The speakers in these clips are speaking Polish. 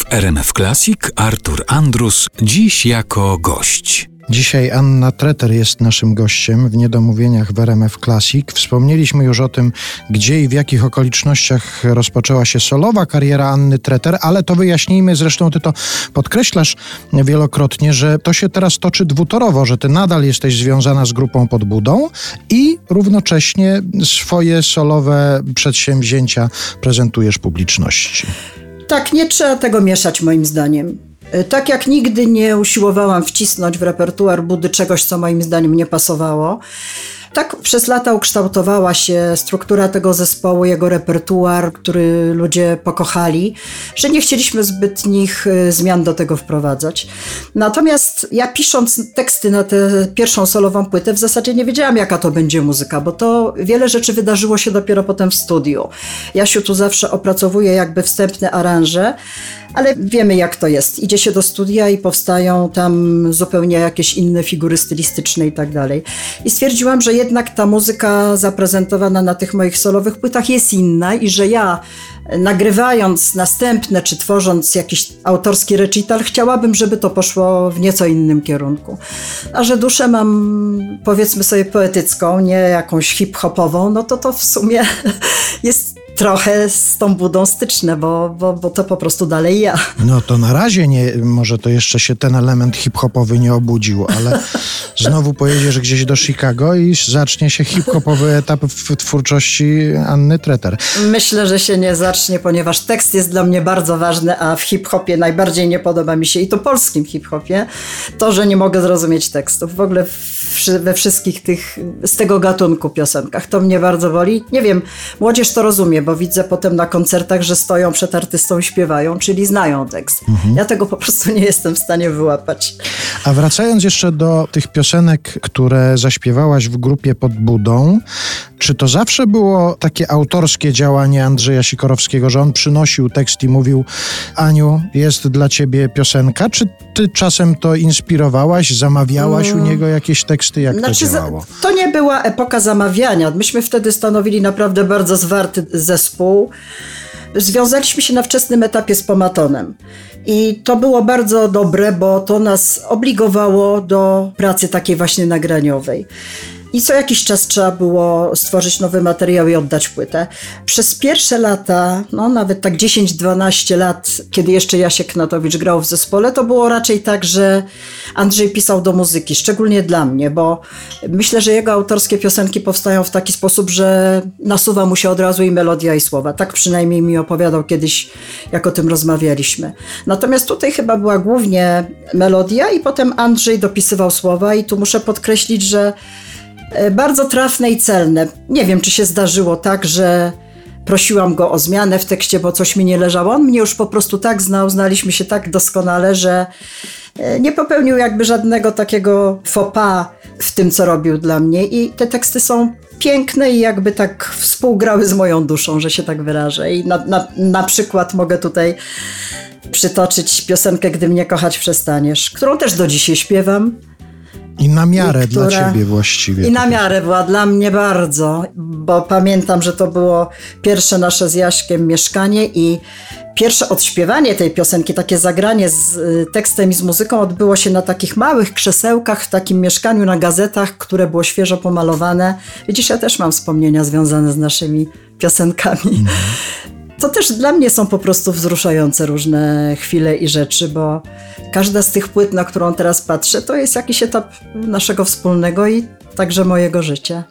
W RMF Classic Artur Andrus, dziś jako gość. Dzisiaj Anna Treter jest naszym gościem w Niedomówieniach w RMF Classic. Wspomnieliśmy już o tym, gdzie i w jakich okolicznościach rozpoczęła się solowa kariera Anny Treter, ale to wyjaśnijmy, zresztą ty to podkreślasz wielokrotnie, że to się teraz toczy dwutorowo, że ty nadal jesteś związana z grupą Pod Budą i równocześnie swoje solowe przedsięwzięcia prezentujesz publiczności. Tak, nie trzeba tego mieszać moim zdaniem. Tak jak nigdy nie usiłowałam wcisnąć w repertuar Budy czegoś, co moim zdaniem nie pasowało, tak przez lata ukształtowała się struktura tego zespołu, jego repertuar, który ludzie pokochali, że nie chcieliśmy zbytnich zmian do tego wprowadzać. Natomiast ja pisząc teksty na tę pierwszą solową płytę w zasadzie nie wiedziałam, jaka to będzie muzyka, bo to wiele rzeczy wydarzyło się dopiero potem w studiu. Jasiu tu zawsze opracowuje jakby wstępne aranże, ale wiemy, jak to jest. Idzie się do studia i powstają tam zupełnie jakieś inne figury stylistyczne i tak dalej. I stwierdziłam, że jednak ta muzyka zaprezentowana na tych moich solowych płytach jest inna i że ja, nagrywając następne czy tworząc jakiś autorski recital, chciałabym, żeby to poszło w nieco innym kierunku. A że duszę mam, powiedzmy sobie, poetycką, nie jakąś hip-hopową, no to w sumie jest trochę z tą Budą styczne, bo to po prostu dalej ja. No to na razie nie, może to jeszcze się ten element hip-hopowy nie obudził, ale znowu pojedziesz gdzieś do Chicago i zacznie się hip-hopowy etap w twórczości Anny Treter. Myślę, że się nie zacznie, ponieważ tekst jest dla mnie bardzo ważny, a w hip-hopie najbardziej nie podoba mi się, i to polskim hip-hopie, to, że nie mogę zrozumieć tekstów. W ogóle we wszystkich tych, z tego gatunku piosenkach. To mnie bardzo boli. Nie wiem, młodzież to rozumie, bo widzę potem na koncertach, że stoją przed artystą i śpiewają, czyli znają tekst. Ja tego po prostu nie jestem w stanie wyłapać. A wracając jeszcze do tych piosenek, które zaśpiewałaś w grupie Pod Budą, czy to zawsze było takie autorskie działanie Andrzeja Sikorowskiego, że on przynosił tekst i mówił: Aniu, jest dla ciebie piosenka? Czy ty czasem to inspirowałaś, zamawiałaś u niego jakieś teksty? Jak to działało? To nie była epoka zamawiania. Myśmy wtedy stanowili naprawdę bardzo zwarty zespół. Związaliśmy się na wczesnym etapie z Pomatonem. I to było bardzo dobre, bo to nas obligowało do pracy takiej właśnie nagraniowej. I co jakiś czas trzeba było stworzyć nowy materiał i oddać płytę. Przez pierwsze lata, no nawet tak 10-12 lat, kiedy jeszcze Jasiek Knatowicz grał w zespole, to było raczej tak, że Andrzej pisał do muzyki, szczególnie dla mnie, bo myślę, że jego autorskie piosenki powstają w taki sposób, że nasuwa mu się od razu i melodia, i słowa. Tak przynajmniej mi opowiadał kiedyś, jak o tym rozmawialiśmy. Natomiast tutaj chyba była głównie melodia i potem Andrzej dopisywał słowa, i tu muszę podkreślić, że bardzo trafne i celne. Nie wiem, czy się zdarzyło tak, że prosiłam go o zmianę w tekście, bo coś mi nie leżało. On mnie już po prostu tak znał, znaliśmy się tak doskonale, że nie popełnił jakby żadnego takiego faux pas w tym, co robił dla mnie. I te teksty są piękne i jakby tak współgrały z moją duszą, że się tak wyrażę. I na przykład mogę tutaj przytoczyć piosenkę Gdy mnie kochać przestaniesz, którą też do dzisiaj śpiewam. I na miarę dla ciebie właściwie. I na miarę była dla mnie bardzo, bo pamiętam, że to było pierwsze nasze z Jaśkiem mieszkanie i pierwsze odśpiewanie tej piosenki, takie zagranie z tekstem i z muzyką odbyło się na takich małych krzesełkach w takim mieszkaniu na gazetach, które było świeżo pomalowane. Widzisz, ja też mam wspomnienia związane z naszymi piosenkami. To też dla mnie są po prostu wzruszające różne chwile i rzeczy, bo każda z tych płyt, na którą teraz patrzę, to jest jakiś etap naszego wspólnego i także mojego życia.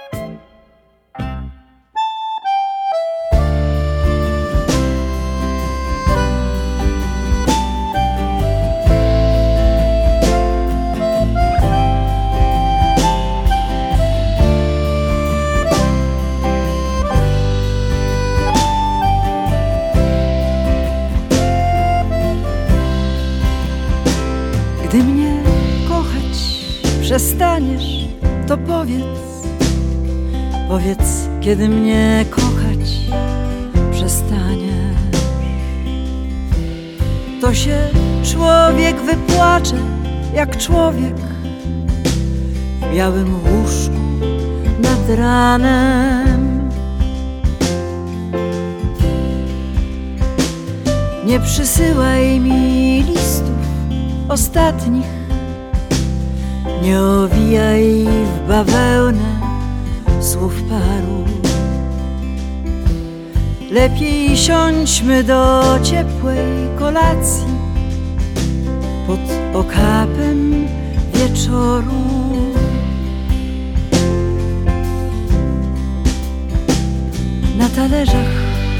Gdy mnie kochać przestaniesz, to powiedz, kiedy mnie kochać przestaniesz. To się człowiek wypłacze, jak człowiek w białym łóżku nad ranem. Nie przysyłaj mi listów ostatnich, nie owijaj w bawełnę słów paru. Lepiej siądźmy do ciepłej kolacji pod okapem wieczoru. Na talerzach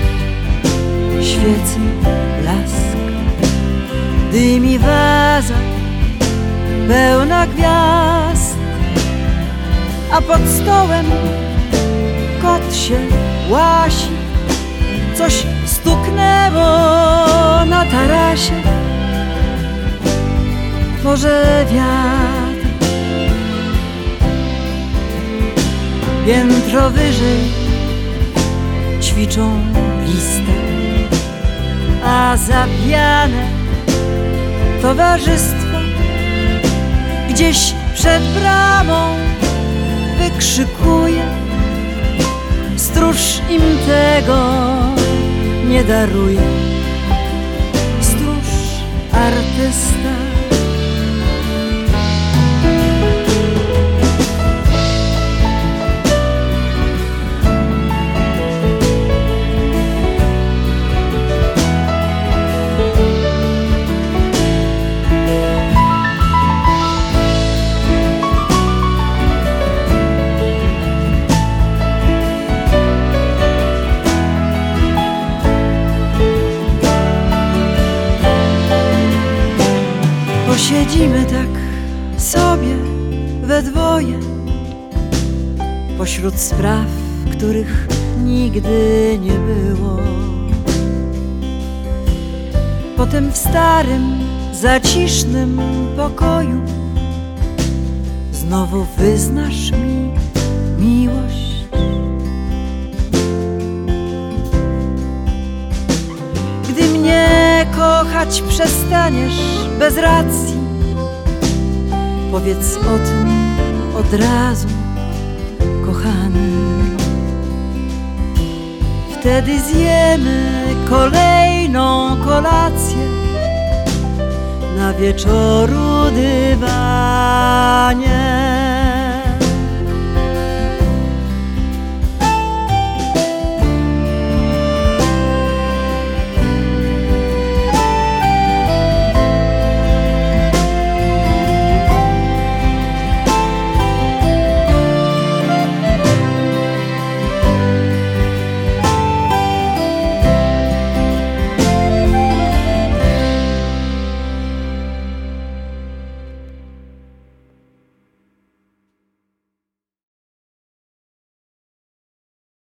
świecy blask, dymi waza pełna gwiazd, a pod stołem kot się łasi. Coś stuknęło na tarasie, może wiatr. Piętro wyżej ćwiczą listy, a zapijane towarzystwo gdzieś przed bramą wykrzykuje: stróż im tego nie daruje. Stróż artysta. Siedzimy tak sobie we dwoje pośród spraw, których nigdy nie było. Potem w starym, zacisznym pokoju znowu wyznasz mi miłość. Gdy mnie kochać przestaniesz bez racji, powiedz o tym od razu, kochany. Wtedy zjemy kolejną kolację na wieczoru dywanie.